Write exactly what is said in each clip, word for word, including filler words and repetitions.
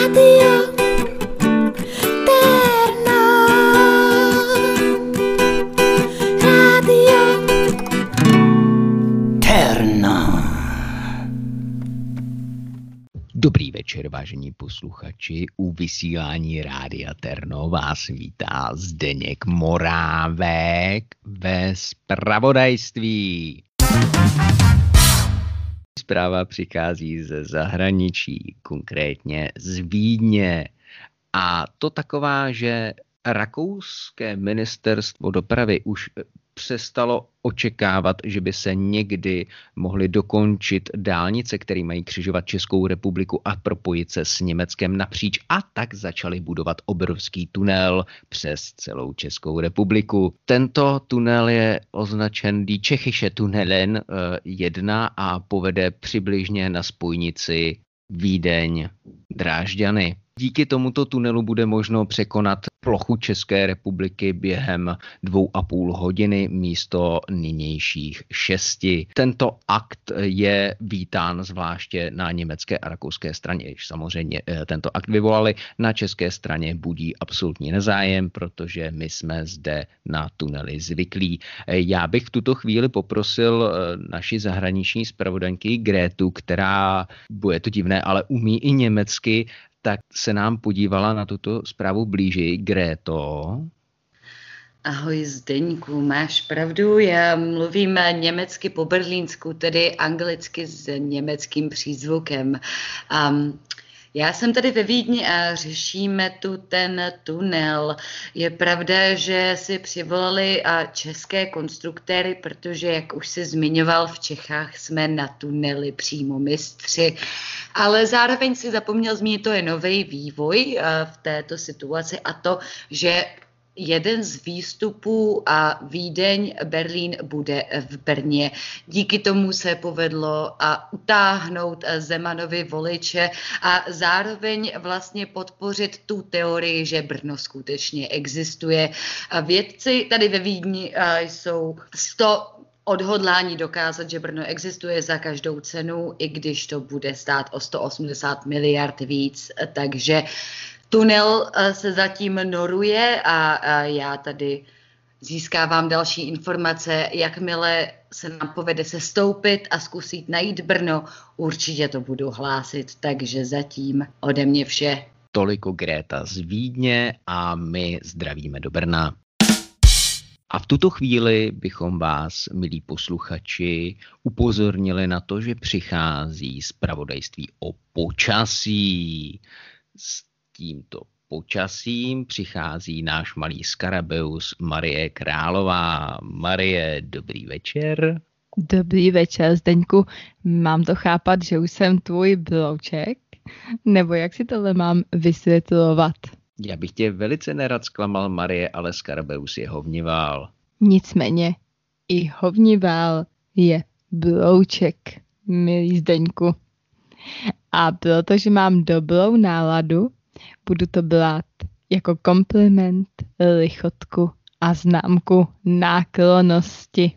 Rádio Terno. Rádio Terno. Dobrý večer, vážení posluchači. U vysílání Rádia Terno vás vítá Zdeněk Morávek ve zpravodajství. Zpráva přichází ze zahraničí, konkrétně z Vídně. A to taková, že rakouské ministerstvo dopravy už přestalo očekávat, že by se někdy mohly dokončit dálnice, které mají křižovat Českou republiku a propojit se s Německem napříč, a tak začali budovat obrovský tunel přes celou Českou republiku. Tento tunel je označen Die Tschechische Tunnelen jedna a povede přibližně na spojnici Vídeň-Drážďany. Díky tomuto tunelu bude možno překonat plochu České republiky během dvou a půl hodiny místo nynějších šesti. Tento akt je vítán zvláště na německé a rakouské straně. Samozřejmě tento akt vyvolali, na české straně budí absolutní nezájem, protože my jsme zde na tunely zvyklí. Já bych v tuto chvíli poprosil naši zahraniční zpravodajky Grétu, která, bude to divné, ale umí i německy, tak se nám podívala na tuto zprávu blíži. Gréto. Ahoj Zdeňku, máš pravdu, já mluvím německy po berlínsku, tedy anglicky s německým přízvukem. Um, Já jsem tady ve Vídni a řešíme tu ten tunel. Je pravda, že si přivolali a české konstruktéry, protože, jak už si zmiňoval, v Čechách jsme na tunely přímo mistři. Ale zároveň si zapomněl zmínit, to je nový vývoj v této situaci, a to, že jeden z výstupů a Vídeň, Berlín bude v Brně. Díky tomu se povedlo a utáhnout Zemanovi voliče a zároveň vlastně podpořit tu teorii, že Brno skutečně existuje. Vědci tady ve Vídni jsou sto odhodlání dokázat, že Brno existuje za každou cenu, i když to bude stát o sto osmdesát miliard víc, takže tunel se zatím noruje a, a já tady získávám další informace. Jakmile se nám povede sestoupit a zkusit najít Brno, určitě to budu hlásit, takže zatím ode mě vše. Toliko Gréta z Vídně a my zdravíme do Brna. A v tuto chvíli bychom vás, milí posluchači, upozornili na to, že přichází zpravodajství o počasí. S tímto počasím přichází náš malý skarabeus Marie Králová. Marie, dobrý večer. Dobrý večer, Zdeňku. Mám to chápat, že už jsem tvůj brouček? Nebo jak si tohle mám vysvětlovat? Já bych tě velice nerad zklamal, Marie, ale skarabeus je hovnivál. Nicméně i hovnivál je brouček, milý Zdeňku. A protože mám dobrou náladu, budu to brát jako kompliment, lichotku a známku náklonnosti.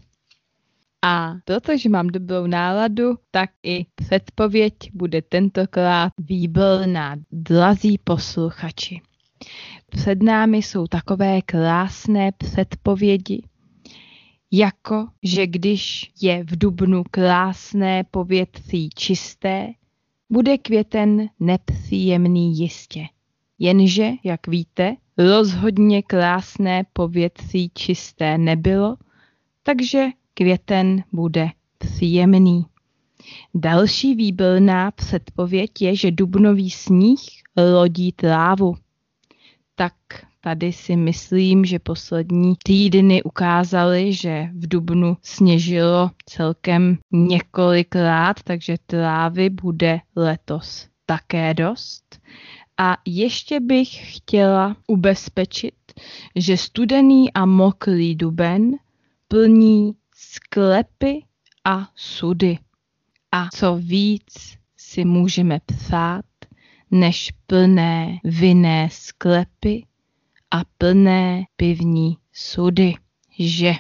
A protože mám dobrou náladu, tak i předpověď bude tentokrát výborná, drazí posluchači. Před námi jsou takové krásné předpovědi, jako že když je v dubnu krásné povětří čisté, bude květen nepříjemný jistě. Jenže, jak víte, rozhodně krásné povětří čisté nebylo, takže květen bude příjemný. Další výborná předpověď je, že dubnový sníh lodí trávu. Tak tady si myslím, že poslední týdny ukázaly, že v dubnu sněžilo celkem několikrát, takže trávy bude letos také dost. A ještě bych chtěla ubezpečit, že studený a mokrý duben plní sklepy a sudy. A co víc si můžeme psát, než plné vinné sklepy a plné pivní sudy, že?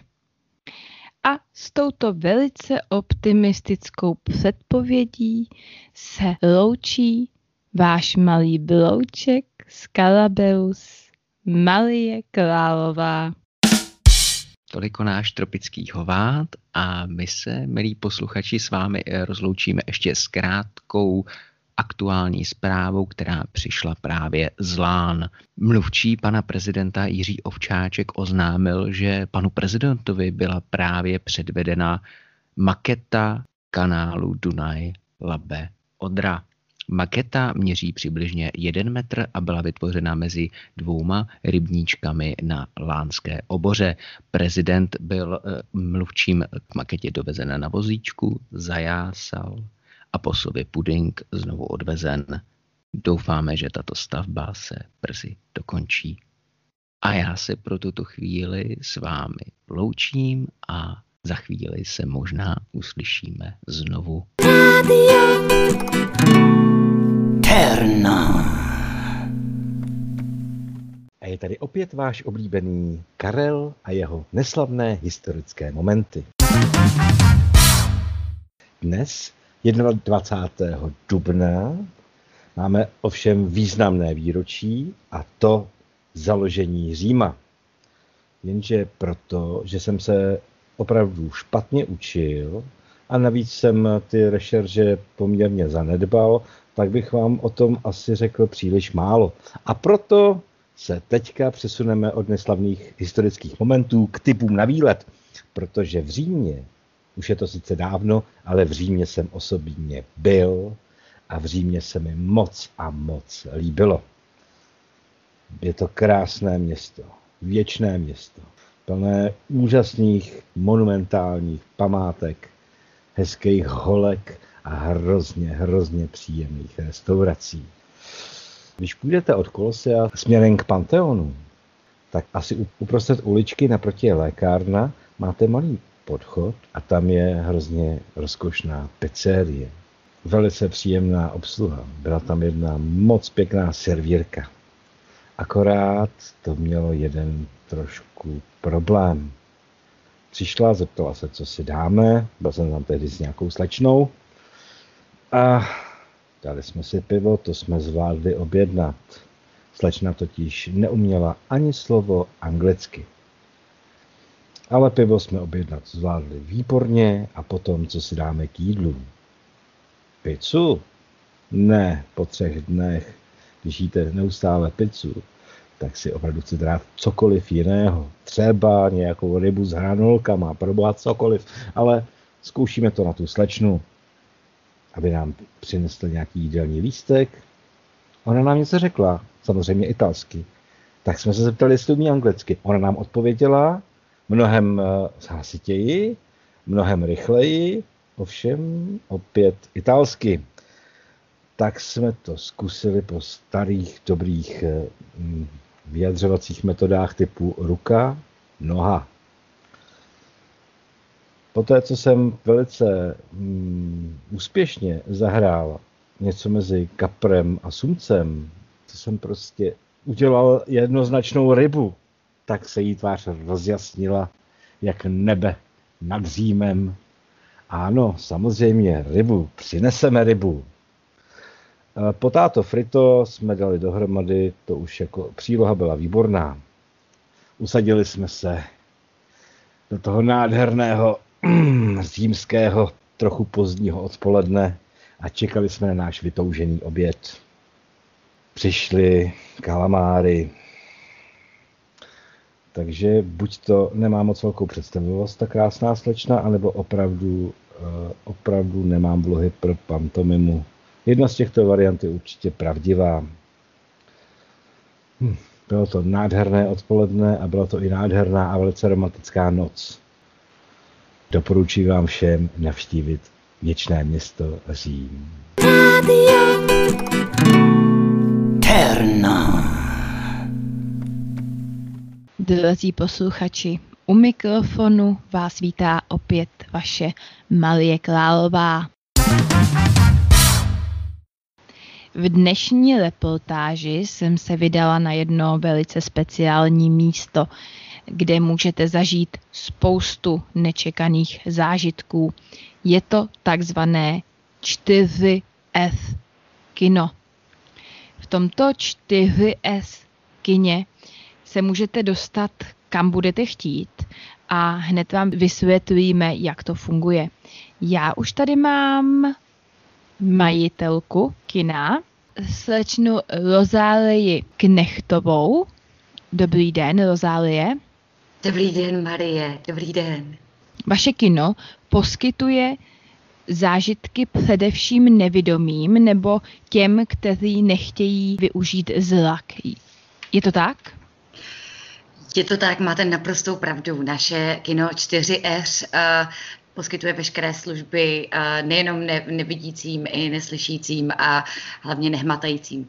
A s touto velice optimistickou předpovědí se loučí váš malý blouček Skalabeus, Malie Králová. Toliko náš tropický hovát a my se, milí posluchači, s vámi rozloučíme ještě s krátkou aktuální zprávou, která přišla právě z Lán. Mluvčí pana prezidenta Jiří Ovčáček oznámil, že panu prezidentovi byla právě předvedena maketa kanálu Dunaj-Labe-Odra. Maketa měří přibližně jeden metr a byla vytvořena mezi dvouma rybníčkami na Lánské oboře. Prezident byl mluvčím k maketě dovezen na vozíčku, zajásal a po sobě puding znovu odvezen. Doufáme, že tato stavba se brzy dokončí. A já se pro tuto chvíli s vámi loučím a za chvíli se možná uslyšíme znovu. Radio Terno. A je tady opět váš oblíbený Karel a jeho neslavné historické momenty. Dnes, dvacátého prvního dubna, máme ovšem významné výročí a to založení Říma. Jenže proto, že jsem se opravdu špatně učil a navíc jsem ty rešerže poměrně zanedbal, tak bych vám o tom asi řekl příliš málo. A proto se teďka přesuneme od neslavných historických momentů k tipům na výlet, protože v Římě, už je to sice dávno, ale v Římě jsem osobně byl a v Římě se mi moc a moc líbilo. Je to krásné město, věčné město, plné úžasných monumentálních památek, hezkých holek a hrozně, hrozně příjemných restaurací. Když půjdete od Kolosea směrem k Panteonu, tak asi uprostřed uličky naproti je lékárna, máte malý podchod a tam je hrozně rozkošná pizzerie. Velice příjemná obsluha. Byla tam jedna moc pěkná servírka. Akorát to mělo jeden trošku problém. Přišla, zeptala se, co si dáme. Byl jsem tam tehdy s nějakou slečnou. A dali jsme si pivo, to jsme zvládli objednat. Slečna totiž neuměla ani slovo anglicky. Ale pivo jsme objednat zvládli výborně a potom, co si dáme k jídlu. Pizzu? Ne, po třech dnech, když jíte neustále pizzu, tak si opravdu chci dát cokoliv jiného. Třeba nějakou rybu s hranolkama, proboha cokoliv, ale zkoušíme to na tu slečnu, aby nám přinesl nějaký jídelní lístek. Ona nám něco řekla, samozřejmě italsky. Tak jsme se zeptali, jestli umí anglicky. Ona nám odpověděla mnohem hlasitěji, mnohem rychleji, ovšem opět italsky. Tak jsme to zkusili po starých, dobrých vyjadřovacích metodách typu ruka, noha. Poté, co jsem velice mm, úspěšně zahrál něco mezi kaprem a sumcem, to jsem prostě udělal jednoznačnou rybu, tak se jí tvář rozjasnila jak nebe nad Římem. Ano, samozřejmě rybu, přineseme rybu. Potato frito jsme dali dohromady, to už jako příloha byla výborná. Usadili jsme se do toho nádherného římského, trochu pozdního odpoledne a čekali jsme na náš vytoužený oběd. Přišly kalamáry, takže buď to nemá moc velkou představivost, ta krásná slečna, anebo opravdu, opravdu nemám vlohy pro pantomimu. Jedna z těchto variant je určitě pravdivá. Hm, bylo to nádherné odpoledne a byla to i nádherná a velice romantická noc. Doporučuji vám všem navštívit věčné město Řím. Radio Terno. Drazí posluchači, u mikrofonu vás vítá opět vaše Malie Králová. V dnešní reportáži jsem se vydala na jedno velice speciální místo, kde můžete zažít spoustu nečekaných zážitků. Je to takzvané čtyři F kino. tomto čtyři es kině se můžete dostat, kam budete chtít a hned vám vysvětlíme, jak to funguje. Já už tady mám majitelku kina, slečnu Rozálii Knechtovou. Dobrý den, Rozálie. Dobrý den, Marie, dobrý den. Vaše kino poskytuje zážitky především nevidomým nebo těm, kteří nechtějí využít zrak. Je to tak? Je to tak, máte naprostou pravdu. Naše kino čtyři es uh, poskytuje veškeré služby uh, nejenom ne- nevidícím i neslyšícím a hlavně nehmatajícím.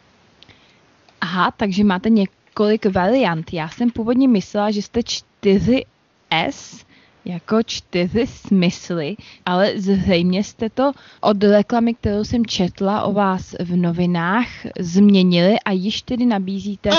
Aha, takže máte několik variant. Já jsem původně myslela, že jste čtyři es jako čtyři smysly, ale zřejmě jste to od reklamy, kterou jsem četla o vás v novinách, změnili a již tedy nabízíte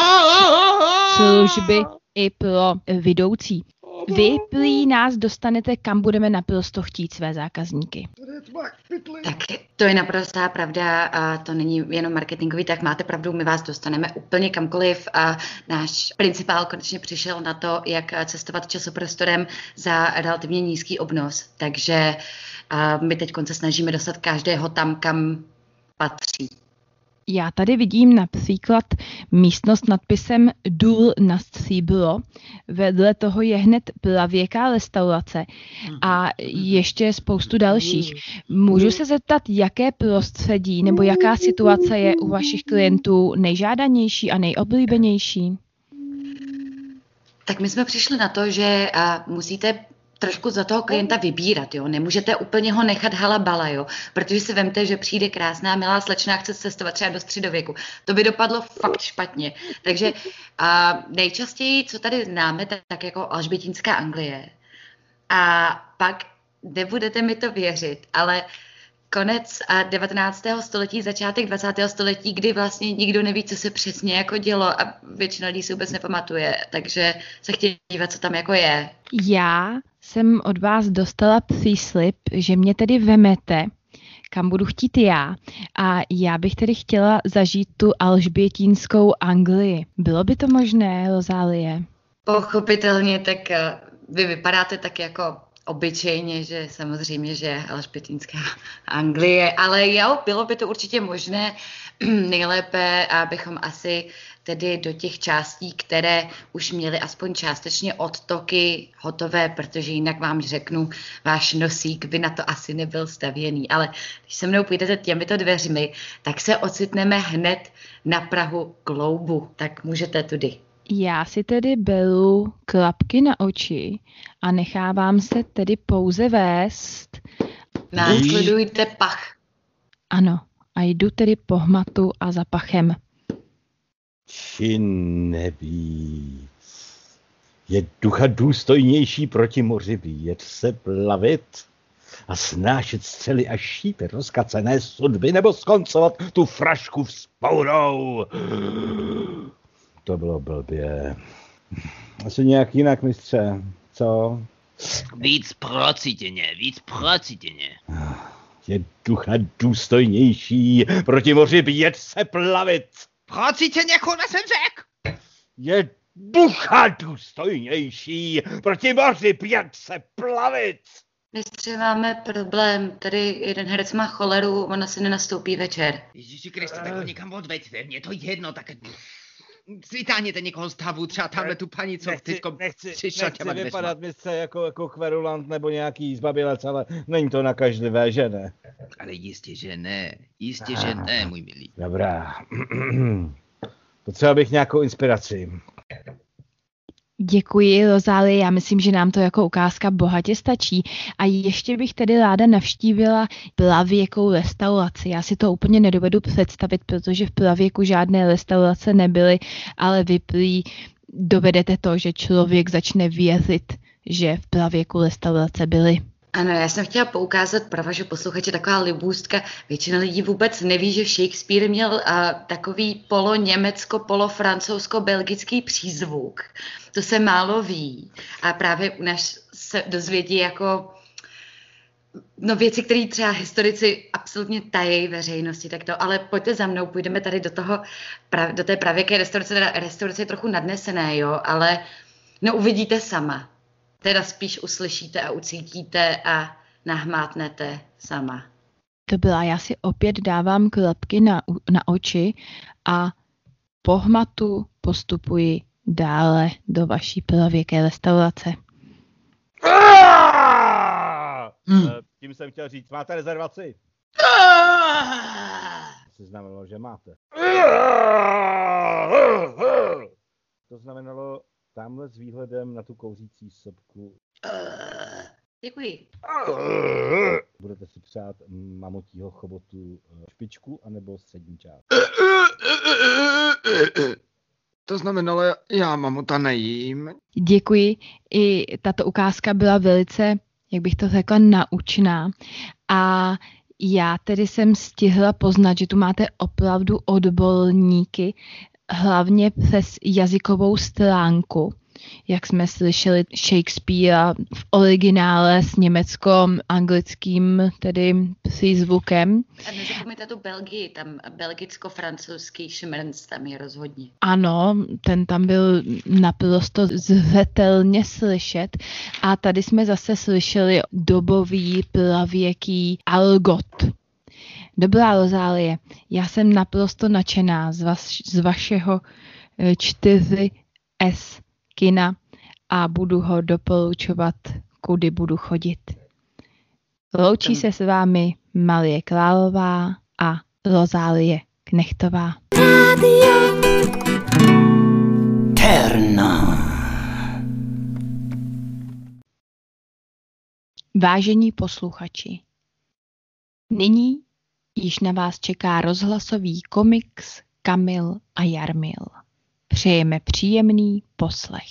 služby i pro vidoucí. Vy prý nás dostanete, kam budeme naprosto chtít své zákazníky. Tak to je naprostá pravda a to není jenom marketingový, tak máte pravdu, my vás dostaneme úplně kamkoliv a náš principál konečně přišel na to, jak cestovat časoprostorem za relativně nízký obnos, takže my teď se snažíme dostat každého tam, kam patří. Já tady vidím například místnost s nadpisem Důl na stříbro. Vedle toho je hned pravěká restaurace a ještě spoustu dalších. Můžu se zeptat, jaké prostředí nebo jaká situace je u vašich klientů nejžádanější a nejoblíbenější? Tak my jsme přišli na to, že musíte trošku za toho klienta vybírat, jo. Nemůžete úplně ho nechat halabala, jo. Protože si vemte, že přijde krásná, milá slečna a chce cestovat třeba do středověku. To by dopadlo fakt špatně. Takže a nejčastěji, co tady známe, tak, tak jako alžbětínská Anglie. A pak nebudete mi to věřit, ale konec devatenáctého století, začátek dvacátého století, kdy vlastně nikdo neví, co se přesně jako dělo a většina lidí si vůbec nepamatuje, takže se chtějí dívat, co tam jako je. Já jsem od vás dostala příslib, že mě tedy vemete, kam budu chtít já. A já bych tedy chtěla zažít tu alžbětínskou Anglii. Bylo by to možné, Rozálie? Pochopitelně, tak vy vypadáte tak jako obyčejně, že samozřejmě, že alžbětínská Anglie, ale jo, bylo by to určitě možné. Nejlépe, abychom asi tedy do těch částí, které už měly aspoň částečně odtoky hotové, protože jinak vám řeknu, váš nosík by na to asi nebyl stavěný. Ale když se mnou půjdete těmito dveřmi, tak se ocitneme hned na prahu kloubu, tak můžete tudy. Já si tedy beru klapky na oči a nechávám se tedy pouze vést. Následujte pach. Ano, a jdu tedy po hmatu a za pachem. Či nevíc. Je ducha důstojnější proti moři vyjet se plavit a snášet střely a šípy rozkacené sudby nebo skoncovat tu frašku vzpourou. To bylo blbě. Asi nějak jinak, mistře, co? Víc procítěně, víc procítěně. Je ducha důstojnější proti moři bět se plavit. Procítěně, kurva jsem řek! Je ducha důstojnější proti moři bět se plavit. Mistře, máme problém. Tady jeden herec má choleru, ona si nenastoupí večer. Ježíši Kriste, tak ho někam odveďte, mně to jedno, tak... Svítáněte někoho z tavu, třeba tamhle tu paní, co teďko nechci, přišla nechci těma vypadat dveřma. mistře jako, jako kverulant nebo nějaký zbabilec, ale není to nakažlivé, že ne? Ale jistě, že ne, jistě, že ne, můj milý. Dobrá. Potřeboval bych nějakou inspiraci. Děkuji, Rozálie, já myslím, že nám to jako ukázka bohatě stačí. A ještě bych tedy ráda navštívila pravěkou restauraci. Já si to úplně nedovedu představit, protože v pravěku žádné restaurace nebyly, ale vy prý dovedete to, že člověk začne věřit, že v pravěku restaurace byly. Ano, já jsem chtěla poukázat pro vaše posluchače taková libůstka. Většina lidí vůbec neví, že Shakespeare měl uh, takový polo-německo, polo-francouzsko-belgický přízvuk. To se málo ví. A právě u nás se dozvědí jako no věci, které třeba historici absolutně tají veřejnosti, tak to, ale pojďte za mnou, půjdeme tady do toho, do té pravěké restaurace, teda restaurace je trochu nadnesené, jo, ale no uvidíte sama. Teda spíš uslyšíte a ucítíte a nahmátnete sama. To byla, já si opět dávám klepky na, na oči a po hmatu postupuji dále do vaší pravěké restaurace. Hmm. Tím jsem chtěl říct, máte rezervaci? To znamenalo, že máte. To znamenalo tamhle s výhledem na tu kouřící sopku. Děkuji. Budete si přát mamutího chobotu špičku anebo střední část? To znamenalo, já mamuta nejím. Děkuji. I tato ukázka byla velice, jak bych to řekla, naučná. A já tedy jsem stihla poznat, že tu máte opravdu odborníky, hlavně přes jazykovou stránku. Jak jsme slyšeli Shakespearea v originále s německo-anglickým tedy přízvukem. A nezapomeňte tu Belgii, tam belgicko-francouzský šmrnc tam je rozhodně. Ano, ten tam byl naprosto zřetelně slyšet. A tady jsme zase slyšeli dobový, pravěký argot. Dobrá, Rozálie, já jsem naprosto nadšená z, vaš, z vašeho čtyři es kina a budu ho doporučovat, kudy budu chodit. Loučí se s vámi Marie Králová a Rozálie Knechtová. Radio Terno. Vážení posluchači, nyní již na vás čeká rozhlasový komiks Kamil a Jarmil. Přejeme příjemný poslech.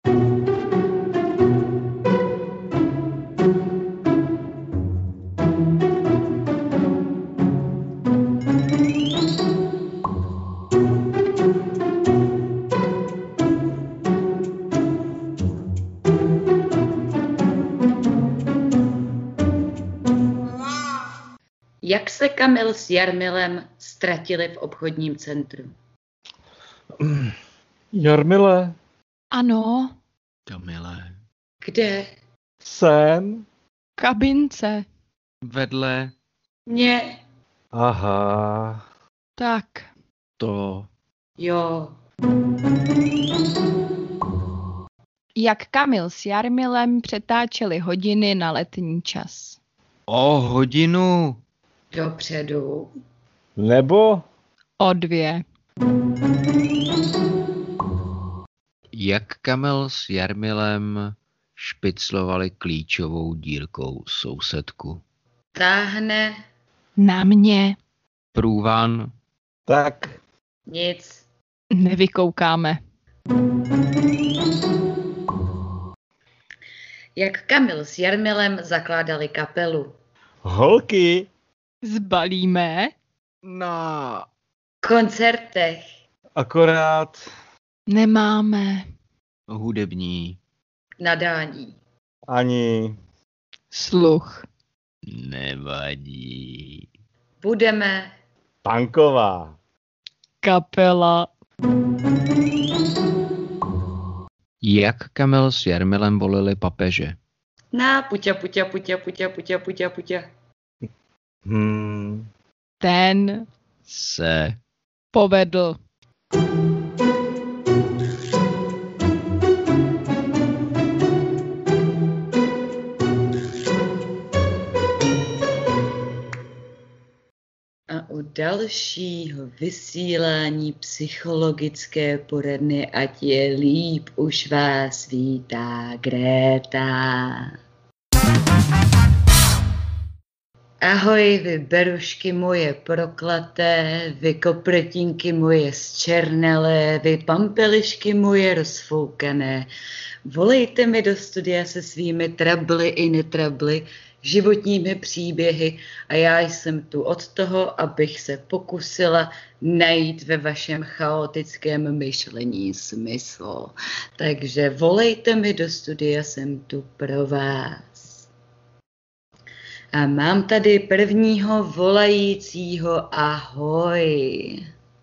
Jak se Kamil s Jarmilem ztratili v obchodním centru? Jarmile? Ano. Kamile. Kde? Jsem. Kabince. Vedle. Mě. Aha. Tak. To. Jo. Jak Kamil s Jarmilem přetáčeli hodiny na letní čas. O hodinu. Dopředu. Nebo? O dvě. Jak Kamil s Jarmilem špiclovali klíčovou dírkou sousedku. Táhne. Na mě. Průvan. Tak. Nic. Nevykoukáme. Jak Kamil s Jarmilem zakládali kapelu. Holky. Zbalíme. Na koncertech. Akorát. Nemáme. Hudební. Nadání. Ani. Sluch. Nevadí. Budeme. Punková. Kapela. Jak Kamil s Jarmilem volili papeže? Na puťa, puťa, puťa, puťa, puťa, puťa, puťa. Hmm. Ten Se povedl. A u dalšího vysílání psychologické poradny Ať je líp už vás vítá Gréta. Ahoj, vy berušky moje proklaté, vy koprtinky moje zčernelé, vy pampelišky moje rozfoukané. Volejte mi do studia se svými trably i netrably, životními příběhy a já jsem tu od toho, abych se pokusila najít ve vašem chaotickém myšlení smysl. Takže volejte mi do studia, jsem tu pro vás. A mám tady prvního volajícího. Ahoj.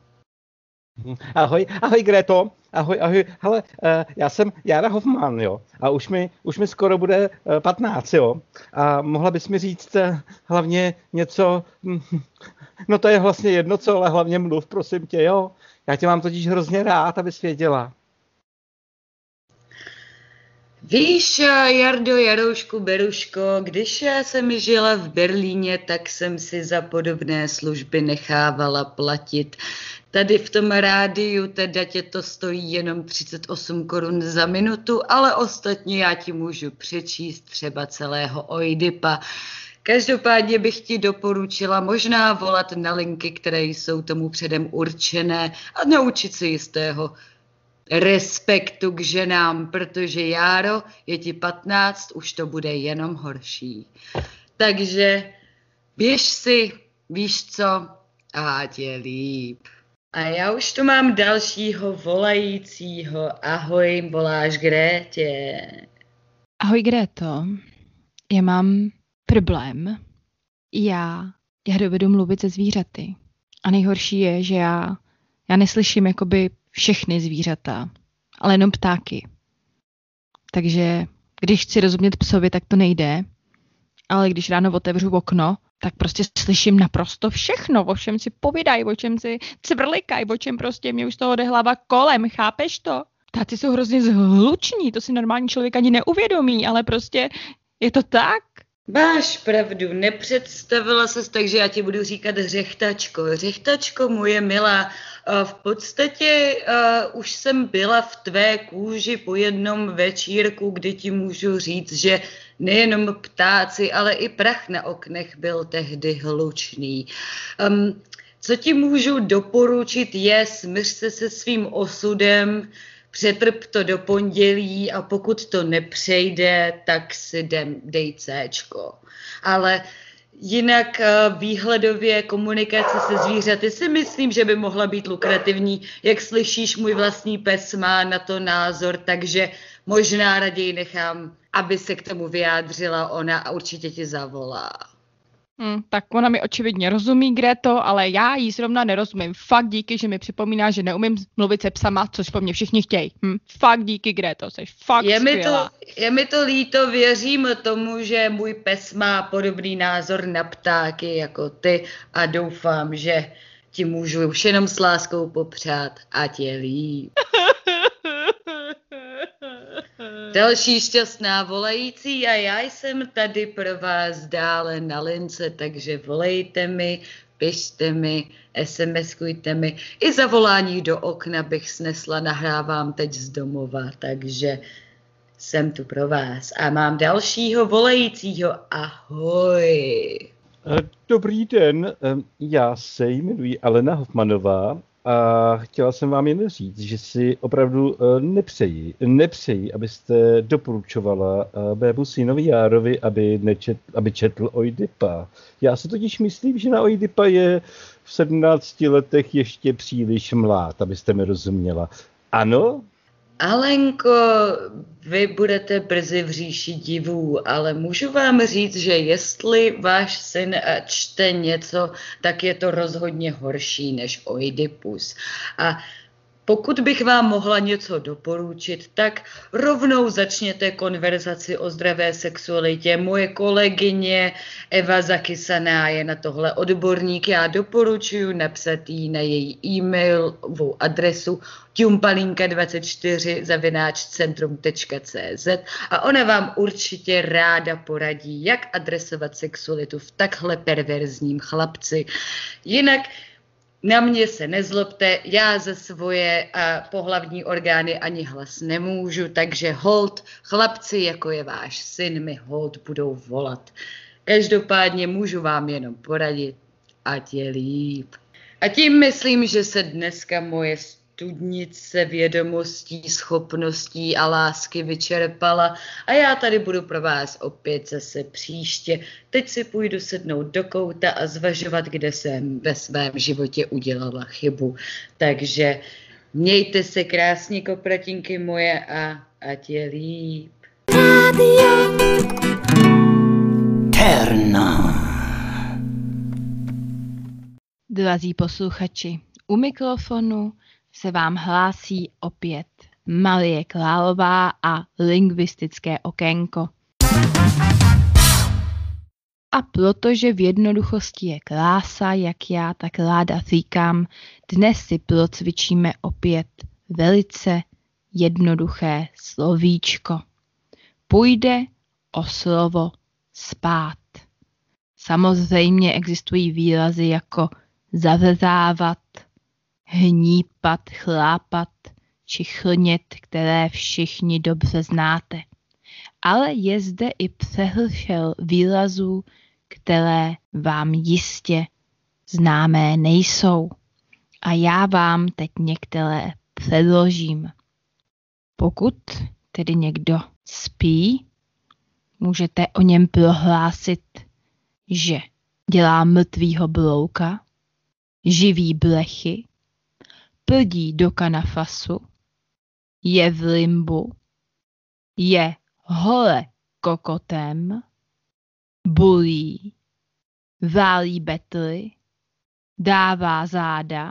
Ahoj, ahoj Greto, ahoj, ahoj, hele, uh, já jsem Jára Hoffman, jo, a už mi, už mi skoro bude uh, patnáct, jo, a mohla bys mi říct uh, hlavně něco, hm, no to je vlastně jedno co, ale hlavně mluv, prosím tě, jo, já tě mám totiž hrozně rád, abys věděla. Víš, Jardo, Jaroušku, Beruško, když já jsem žila v Berlíně, tak jsem si za podobné služby nechávala platit. Tady v tom rádiu teda tě to stojí jenom třicet osm korun za minutu, ale ostatně já ti můžu přečíst třeba celého Oidipa. Každopádně bych ti doporučila možná volat na linky, které jsou tomu předem určené a naučit se jistého respektu k ženám, protože Járo, je ti patnáct, už to bude jenom horší. Takže běž si, víš co, a ať je líp. A já už tu mám dalšího volajícího. Ahoj, voláš Grétě. Ahoj Gréto, já mám problém. Já, já dovedu mluvit se zvířaty. A nejhorší je, že já, já neslyším jakoby všechny zvířata, ale jenom ptáky. Takže když chci rozumět psovi, tak to nejde. Ale když ráno otevřu okno, tak prostě slyším naprosto všechno, o čem si povídají, o čem si cvrlikají, o čem prostě mě už toho jde hlava kolem, chápeš to? Ptáci jsou hrozně zhluční, to si normální člověk ani neuvědomí, ale prostě je to tak. Máš pravdu, nepředstavila ses, takže já ti budu říkat řechtačko. Řechtačko moje milá, v podstatě uh, už jsem byla v tvé kůži po jednom večírku, kdy ti můžu říct, že nejenom ptáci, ale i prach na oknech byl tehdy hlučný. Um, co ti můžu doporučit je, smíř se se svým osudem, přetrp to do pondělí a pokud to nepřejde, tak si dej, dej céčko. Ale jinak výhledově komunikace se zvířaty si myslím, že by mohla být lukrativní. Jak slyšíš, můj vlastní pes má na to názor, takže možná raději nechám, aby se k tomu vyjádřila ona a určitě ti zavolá. Hmm, tak ona mi očividně rozumí, Greto, ale já jí zrovna nerozumím. Fakt díky, že mi připomíná, že neumím mluvit se psama, což po mně všichni chtějí. Hm, fakt díky, Greto, jsi fakt je mi, skvělá. to, je mi to líto, věřím tomu, že můj pes má podobný názor na ptáky jako ty a doufám, že ti můžu už jenom s láskou popřát, ať je líp. Další šťastná volající a já jsem tady pro vás dále na lince, takže volejte mi, pište mi, SMSkujte mi. I zavolání do okna bych snesla, nahrávám teď z domova, takže jsem tu pro vás. A mám dalšího volajícího. Ahoj. Dobrý den, já se jmenuji Alena Hoffmanová. A chtěla jsem vám jen říct, že si opravdu nepřeji, nepřeji, abyste doporučovala mému synovi Járovi, aby, nečet, aby četl Oidipa. Já si totiž myslím, že na Oidipa je v sedmnácti letech ještě příliš mlád, abyste mi rozuměla. Ano? Alenko, vy budete brzy v říši divů, ale můžu vám říct, že jestli váš syn čte něco, tak je to rozhodně horší než Oidipus. A pokud bych vám mohla něco doporučit, tak rovnou začněte konverzaci o zdravé sexualitě. Moje kolegyně Eva Zakysaná je na tohle odborník. Já doporučuji napsat jí na její e-mailovou adresu tumpalinka dvacet čtyři zavináč centrum tečka cé zet a ona vám určitě ráda poradí, jak adresovat sexualitu v takhle perverzním chlapci. Jinak na mě se nezlobte, já za svoje a pohlavní orgány ani hlas nemůžu, takže hold, chlapci, jako je váš syn, mi hold budou volat. Každopádně můžu vám jenom poradit, ať je líp. A tím myslím, že se dneska moje studnice vědomostí, schopností a lásky vyčerpala a já tady budu pro vás opět zase příště. Teď si půjdu sednout do kouta a zvažovat, kde jsem ve svém životě udělala chybu. Takže mějte se krásně, kopratinky moje, a ať je líp. Radio. Terno. Drazí posluchači, u mikrofonu se vám hlásí opět Marie Králová a lingvistické okénko. A protože v jednoduchosti je krása, jak já tak ráda říkám, dnes si procvičíme opět velice jednoduché slovíčko. Půjde o slovo spát. Samozřejmě existují výrazy jako zavrzávat, hnípat, chlápat či chrnět, které všichni dobře znáte. Ale je zde i přehršel výrazů, které vám jistě známé nejsou. A já vám teď některé předložím. Pokud tedy někdo spí, můžete o něm prohlásit, že dělá mrtvýho brouka, živí blechy, prdí do kanafasu, je v limbu, je hole kokotem, bulí, válí betly, dává záda,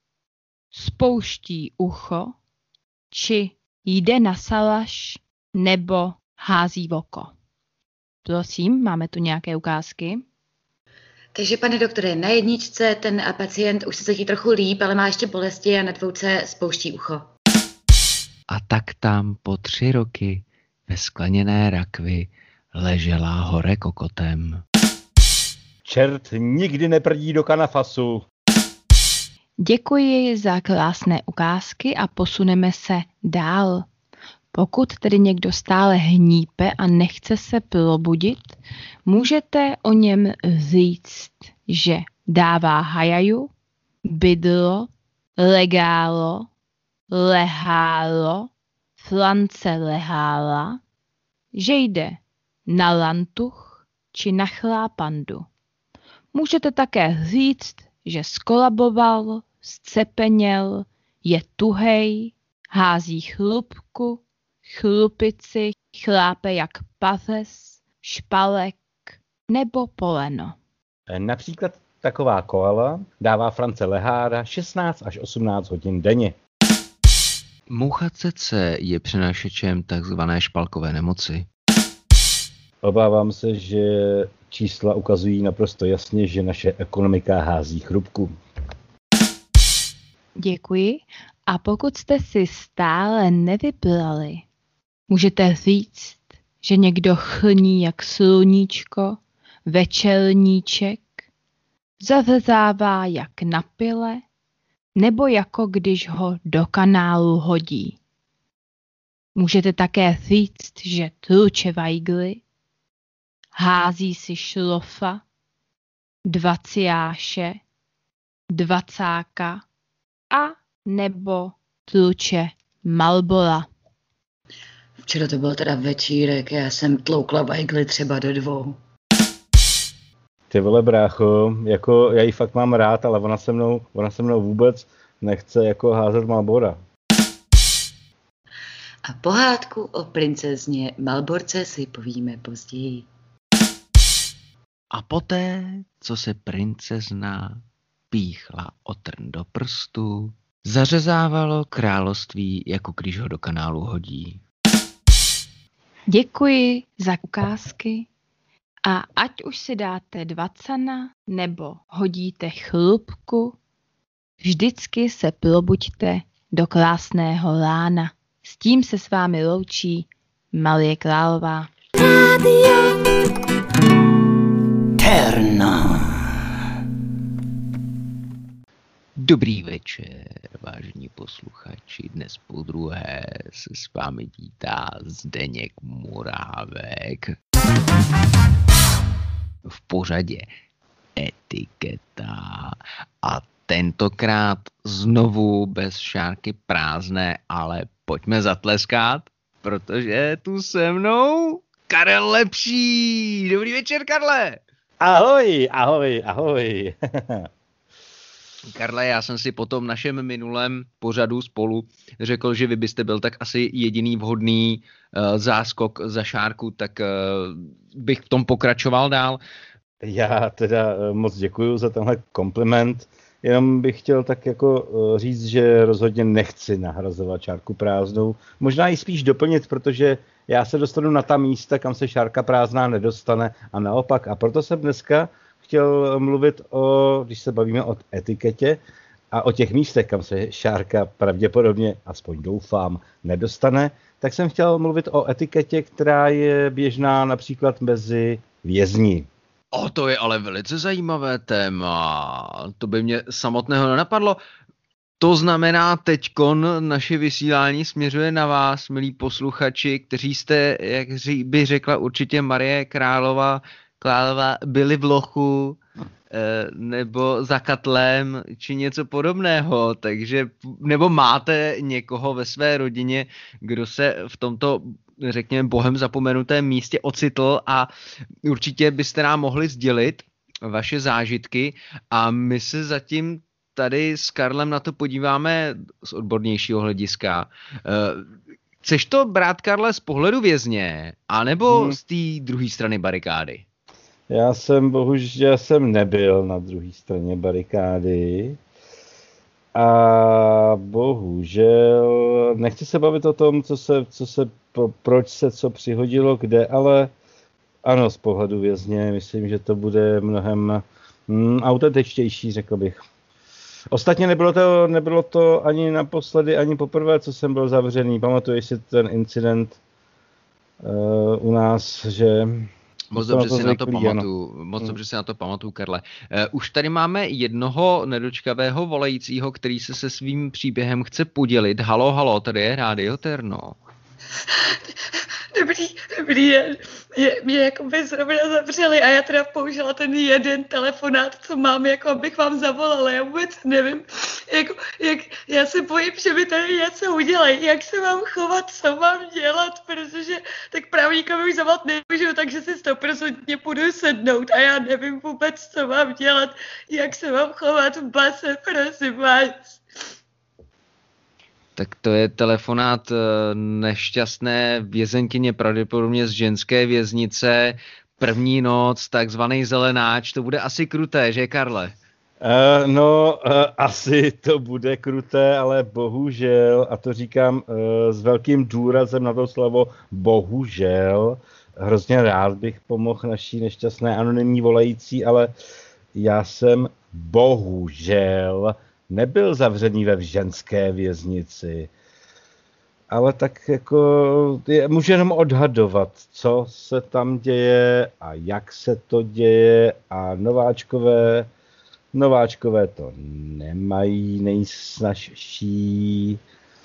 spouští ucho, či jde na salaš nebo hází oko. Prosím, máme tu nějaké ukázky? Takže, pane doktore, na jedničce ten pacient už se cítí trochu líp, ale má ještě bolesti a na dvouce spouští ucho. A tak tam po tři roky ve skleněné rakvi ležela hore kokotem. Čert nikdy neprdí do kanafasu. Děkuji za krásné ukázky a posuneme se dál. Pokud tedy někdo stále hnípe a nechce se probudit, můžete o něm říct, že dává hajaju, bydlo, legálo, lehálo, flance lehála, že jde na lantuch či na chlápandu. Můžete také říct, že skolaboval, zcepeněl, je tuhej, hází chlupku, chlupici, chlápe jak pařez, špalek nebo poleno. Například taková koala dává France lehára šestnáct až osmnáct hodin denně. Moucha cece je přenášečem takzvané špalkové nemoci. Obávám se, že čísla ukazují naprosto jasně, že naše ekonomika hází chrupku. Děkuji. A pokud jste si stále nevybrali, můžete říct, že někdo chrní jak sluníčko, večerníček, zavrzává jak na pile, nebo jako když ho do kanálu hodí. Můžete také říct, že tluče vajgly, hází si šlofa, dvaciáše, dvacáka a nebo tluče Marlbora. Včera to byl teda večírek, já jsem tloukla vajgly třeba do dvou. Ty vole brácho, jako já ji fakt mám rád, ale ona se mnou, ona se mnou vůbec nechce jako házet Marlbora. A pohádku o princezně Malborce si povíme později. A poté, co se princezna píchla o trn do prstu, zařezávalo království, jako když ho do kanálu hodí. Děkuji za ukázky a ať už si dáte dvacana nebo hodíte chlupku, vždycky se probuďte do krásného rána. S tím se s vámi loučí Marie Králová. Radio Terno. Dobrý večer, vážení posluchači. Dnes podruhé se s vámi vítá Zdeněk Morávek. V pořadě Etiketa. A tentokrát znovu bez šárky prázdné, ale pojďme zatleskat, protože tu se mnou Karel Lepší. Dobrý večer, Karle. Ahoj, ahoj, ahoj. Karle, já jsem si po tom našem minulém pořadu spolu řekl, že vy byste byl tak asi jediný vhodný uh, záskok za šárku, tak uh, bych v tom pokračoval dál. Já teda moc děkuju za tenhle kompliment. Jenom bych chtěl tak jako říct, že rozhodně nechci nahrazovat šárku prázdnou. Možná ji spíš doplnit, protože já se dostanu na ta místa, kam se šárka prázdná nedostane a naopak. A proto jsem dneska chtěl mluvit o, když se bavíme o etiketě a o těch místech, kam se šárka pravděpodobně, aspoň doufám, nedostane, tak jsem chtěl mluvit o etiketě, která je běžná například mezi vězni. O, to je ale velice zajímavé téma. To by mě samotného nenapadlo. To znamená, teďkon naše vysílání směřuje na vás, milí posluchači, kteří jste, jak by řekla určitě Marie Králová, Králová, byli v lochu nebo za katlem, či něco podobného. Takže, nebo máte někoho ve své rodině, kdo se v tomto, řekněme, bohem zapomenutém místě ocitl a určitě byste nám mohli sdělit vaše zážitky a my se zatím tady s Karlem na to podíváme z odbornějšího hlediska. Chceš to brát, Karle, z pohledu vězně, anebo hmm. z té druhé strany barikády? Já jsem, bohužel jsem nebyl na druhé straně barikády a bohužel nechci se bavit o tom, co se, co se, pro, proč se co přihodilo, kde, ale ano, z pohledu vězně, myslím, že to bude mnohem mm, autentičtější, řekl bych. Ostatně nebylo to, nebylo to ani naposledy, ani poprvé, co jsem byl zavřený. Pamatuješ si ten incident uh, u nás, že... Moc dobře si na to pamatuju, moc dobře si na to pamatuju, Karle. Uh, už tady máme jednoho nedočkavého volajícího, který se se svým příběhem chce podělit. Halo, halo, tady je Rádio Terno. Dobrý, dobrý den. Mě, mě jako by zrovna zavřeli a já teda použila ten jeden telefonát, co mám, jako abych vám zavolala. Já vůbec nevím, jako, jak, já se bojím, že mi tady něco udělají, jak se mám chovat, co mám dělat, protože tak právníkovi už zavolat nemůžu, takže si stoprocentně půjdu sednout a já nevím vůbec, co mám dělat, jak se mám chovat v base, prosím vás. Tak to je telefonát nešťastné vězenkyně, pravděpodobně z ženské věznice, první noc, takzvaný zelenáč, to bude asi kruté, že Karle? Uh, no, uh, asi to bude kruté, ale bohužel, a to říkám uh, s velkým důrazem na to slovo bohužel, hrozně rád bych pomohl naší nešťastné anonymní volající, ale já jsem bohužel nebyl zavřený ve ženské věznici, ale tak jako je, můžu jenom odhadovat, co se tam děje a jak se to děje a nováčkové, nováčkové to nemají nejsnažší.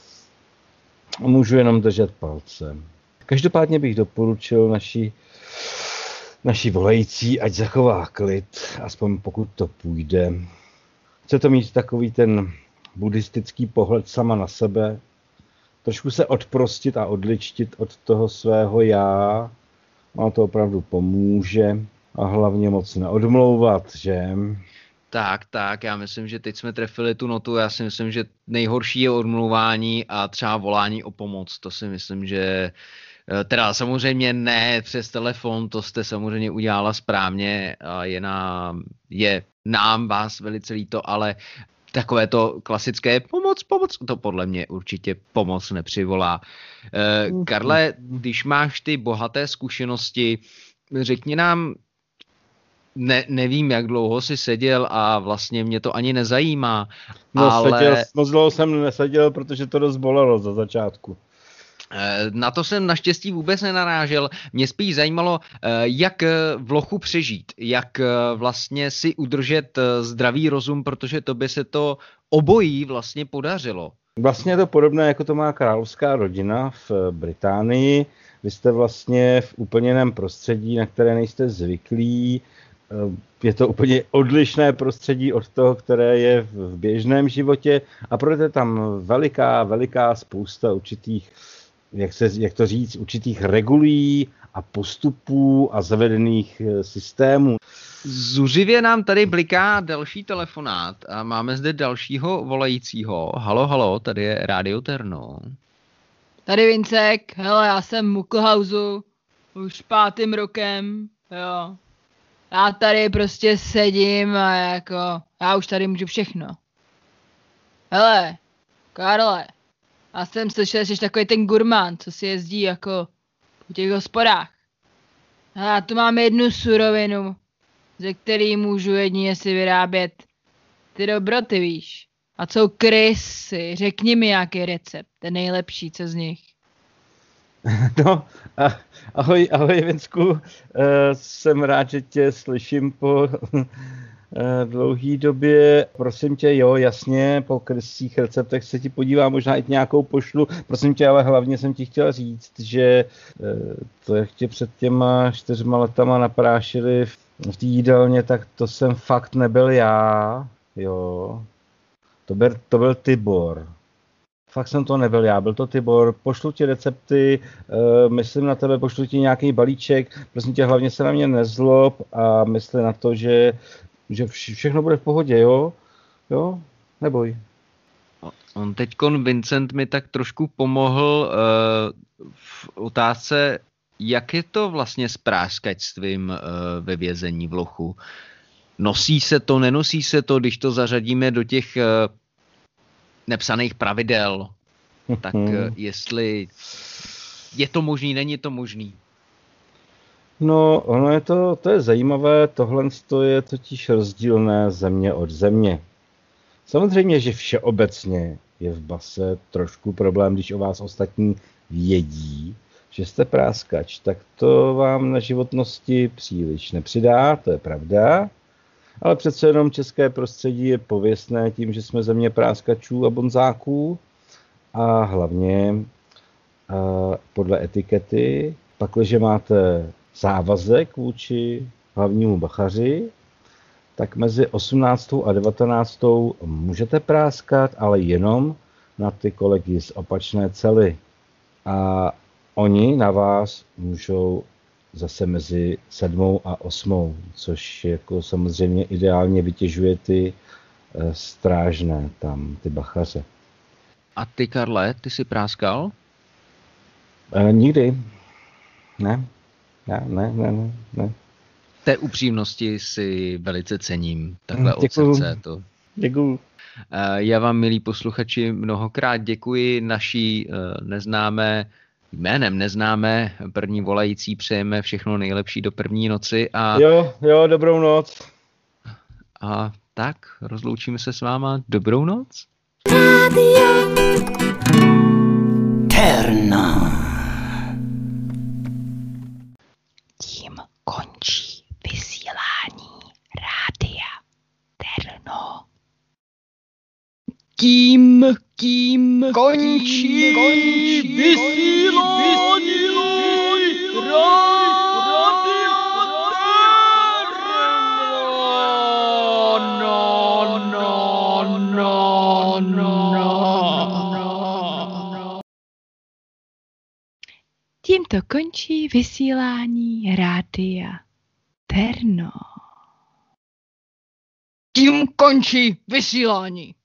Můžu jenom držet palce. Každopádně bych doporučil naší, naší volající, ať zachová klid, aspoň pokud to půjde. Chce to mít takový ten buddhistický pohled sama na sebe, trošku se odprostit a odličtit od toho svého já, ono to opravdu pomůže a hlavně moc neodmlouvat, že? Tak, tak, já myslím, že teď jsme trefili tu notu, já si myslím, že nejhorší je odmlouvání a třeba volání o pomoc, to si myslím, že teda samozřejmě ne přes telefon, to jste samozřejmě udělala správně, je, nám, je nám vás velice líto, ale takové to klasické pomoc, pomoc, to podle mě určitě pomoc nepřivolá. Eh, Karle, když máš ty bohaté zkušenosti, řekni nám, ne, nevím, jak dlouho jsi seděl a vlastně mě to ani nezajímá, no, ale... Seděl, moc dlouho jsem neseděl, protože to dost bolelo za začátku. Na to jsem naštěstí vůbec nenarážel. Mě spíš zajímalo, jak v lochu přežít, jak vlastně si udržet zdravý rozum, protože to by se to obojí vlastně podařilo. Vlastně je to podobné, jako to má královská rodina v Británii. Vy jste vlastně v úplně jiném prostředí, na které nejste zvyklí. Je to úplně odlišné prostředí od toho, které je v běžném životě a proto je tam veliká, veliká spousta určitých jak, se, jak to říct, určitých regulí a postupů a zavedených systémů. Zuřivě nám tady bliká další telefonát a máme zde dalšího volajícího. Halo, halo, tady je Radio Terno. Tady Vincek, hele, já jsem v Mucklehausu, už pátým rokem, jo. Já tady prostě sedím a jako, já už tady můžu všechno. Hele, Karle, já jsem slyšel, že jsi takový ten gurmán, co si jezdí jako po těch hospodách. A já tu mám jednu surovinu, ze který můžu jedině si vyrábět ty dobroty, víš. A co krysy, řekni mi nějaký recept, ten nejlepší, co z nich. No, a, ahoj, ahoj Vincku, e, jsem rád, že tě slyším po e, dlouhé době. Prosím tě, jo, jasně, po krysích receptech se ti podívám, možná i nějakou pošlu. Prosím tě, ale hlavně jsem ti chtěl říct, že e, to, jak tě před těma čtyřma letama naprášili v, v té jídelně, tak to jsem fakt nebyl já, jo. To byl, to byl Tibor. Fakt jsem to nebyl já, byl to Tibor. Pošlu ti recepty, uh, myslím na tebe, pošlu ti nějaký balíček. Prosím tě, hlavně se na mě nezlob a mysli na to, že, že všechno bude v pohodě, jo? Jo? Neboj. On teďkon, Vincent, mi tak trošku pomohl uh, v otázce, jak je to vlastně s práskačstvím uh, ve vězení v Lochu. Nosí se to, nenosí se to, když to zařadíme do těch uh, nepsaných pravidel, tak jestli je to možný, není to možný. No, ono je to, to je zajímavé, tohle je totiž rozdílné země od země. Samozřejmě, že všeobecně je v base trošku problém, když o vás ostatní vědí, že jste práskač, tak to vám na životnosti příliš nepřidá, to je pravda. Ale přece jenom české prostředí je pověstné tím, že jsme země práskačů a bonzáků a hlavně a podle etikety, pakliže máte závazek vůči hlavnímu bachaři, tak mezi osmnáctou a devatenáctou můžete práskat, ale jenom na ty kolegy z opačné cely. A oni na vás můžou zase mezi sedmou a osmou, což jako samozřejmě ideálně vytěžuje ty e, strážné tam, ty bachaře. A ty, Karle, ty jsi práskal? E, nikdy. Ne. Ne, ne, ne, ne, ne. Té upřímnosti si velice cením. Takhle od Děkuju. srdce to. Děkuju. E, já vám, milí posluchači, mnohokrát děkuji. Naší e, neznámé jménem neznáme první volající, přejeme všechno nejlepší do první noci a... Jo, jo, dobrou noc. A tak, rozloučíme se s váma. Dobrou noc. Radio Terno. Tím končí vysílání Rádia Terno. Tím, tím končí, končí vysílání Rádia no, no, no, no. Tímto končí vysílání Rádia Terno. Tím končí vysílání